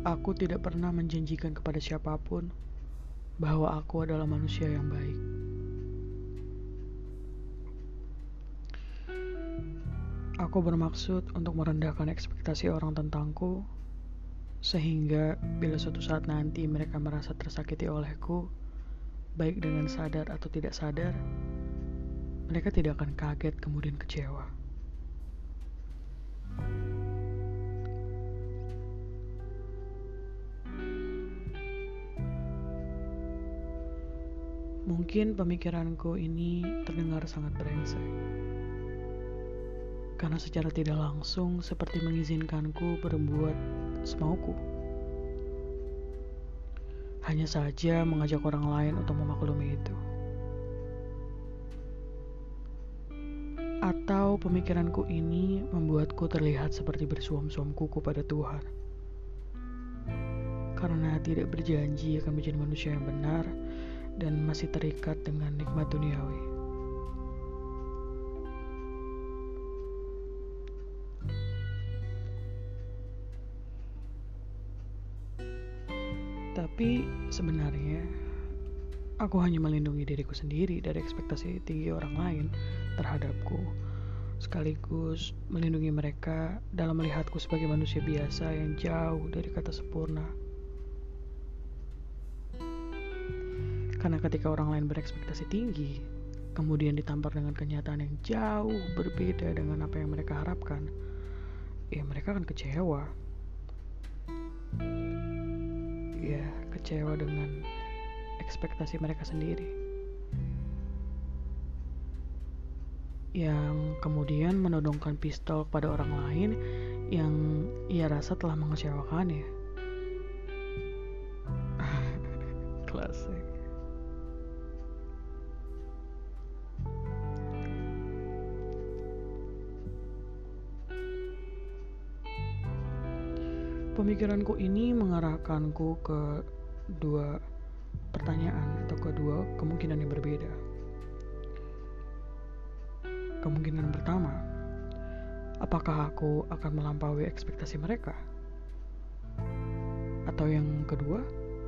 Aku tidak pernah menjanjikan kepada siapapun bahwa aku adalah manusia yang baik. Aku bermaksud untuk merendahkan ekspektasi orang tentangku, sehingga bila suatu saat nanti mereka merasa tersakiti olehku, baik dengan sadar atau tidak sadar, mereka tidak akan kaget kemudian kecewa. Mungkin pemikiranku ini terdengar sangat brengsek, karena secara tidak langsung seperti mengizinkanku berbuat semauku. Hanya saja mengajak orang lain untuk memaklumi itu. Atau pemikiranku ini membuatku terlihat seperti bersuam-suam kuku pada Tuhan, karena tidak berjanji akan menjadi manusia yang benar dan masih terikat dengan nikmat duniawi. Tapi sebenarnya aku hanya melindungi diriku sendiri dari ekspektasi tinggi orang lain terhadapku, sekaligus melindungi mereka dalam melihatku sebagai manusia biasa yang jauh dari kata sempurna. Karena ketika orang lain berekspektasi tinggi, kemudian ditampar dengan kenyataan yang jauh berbeda dengan apa yang mereka harapkan, ya mereka akan kecewa. Ya, kecewa dengan ekspektasi mereka sendiri, yang kemudian menodongkan pistol kepada orang lain yang ia rasa telah mengecewakannya. Klasik. Pemikiranku ini mengarahkanku ke dua pertanyaan atau ke dua kemungkinan yang berbeda. Kemungkinan pertama, apakah aku akan melampaui ekspektasi mereka? Atau yang kedua,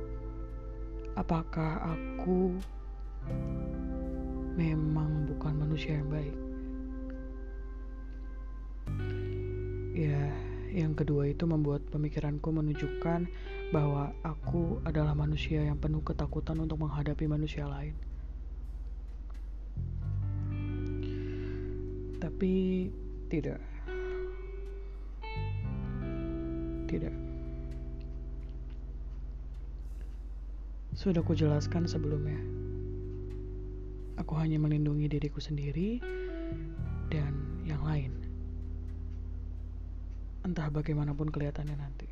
apakah aku memang bukan manusia yang baik? Ya, yang kedua itu membuat pemikiranku menunjukkan bahwa aku adalah manusia yang penuh ketakutan untuk menghadapi manusia lain. Tapi tidak. Sudah kujelaskan sebelumnya. Aku hanya melindungi diriku sendiri dan yang lain. Entah bagaimanapun kelihatannya nanti.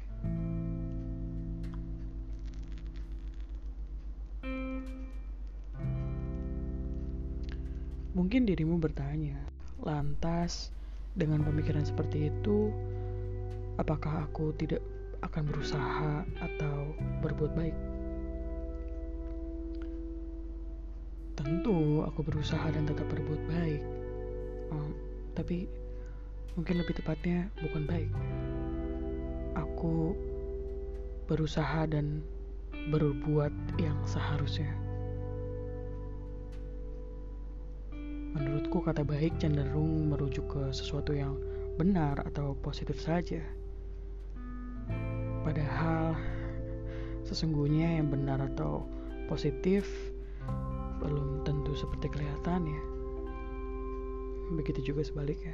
Mungkin dirimu bertanya, lantas dengan pemikiran seperti itu, apakah aku tidak akan berusaha atau berbuat baik? Tentu aku berusaha dan tetap berbuat baik. Tapi mungkin lebih tepatnya bukan baik. Aku berusaha dan berbuat yang seharusnya. Menurutku kata baik cenderung merujuk ke sesuatu yang benar atau positif saja. Padahal sesungguhnya yang benar atau positif belum tentu seperti kelihatannya. Begitu juga sebaliknya.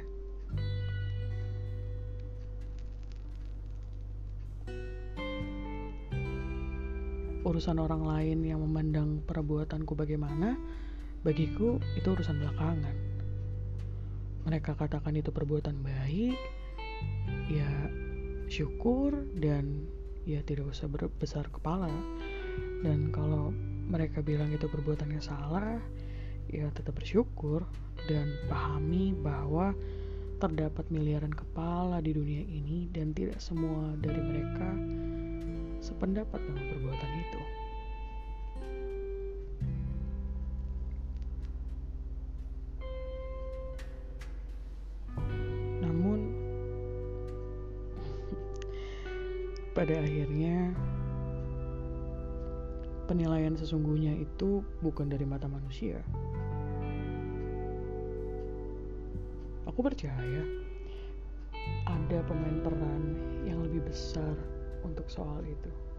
Urusan orang lain yang memandang perbuatanku bagaimana, bagiku itu urusan belakangan. Mereka katakan itu perbuatan baik, ya syukur dan ya tidak usah berbesar kepala. Dan kalau mereka bilang itu perbuatannya salah, ya tetap bersyukur dan pahami bahwa terdapat miliaran kepala di dunia ini dan tidak semua dari mereka sependapat dengan perbuatan itu. Namun Pada akhirnya, penilaian sesungguhnya itu bukan dari mata manusia. Aku percaya ada pemain peran yang lebih besar untuk soal itu.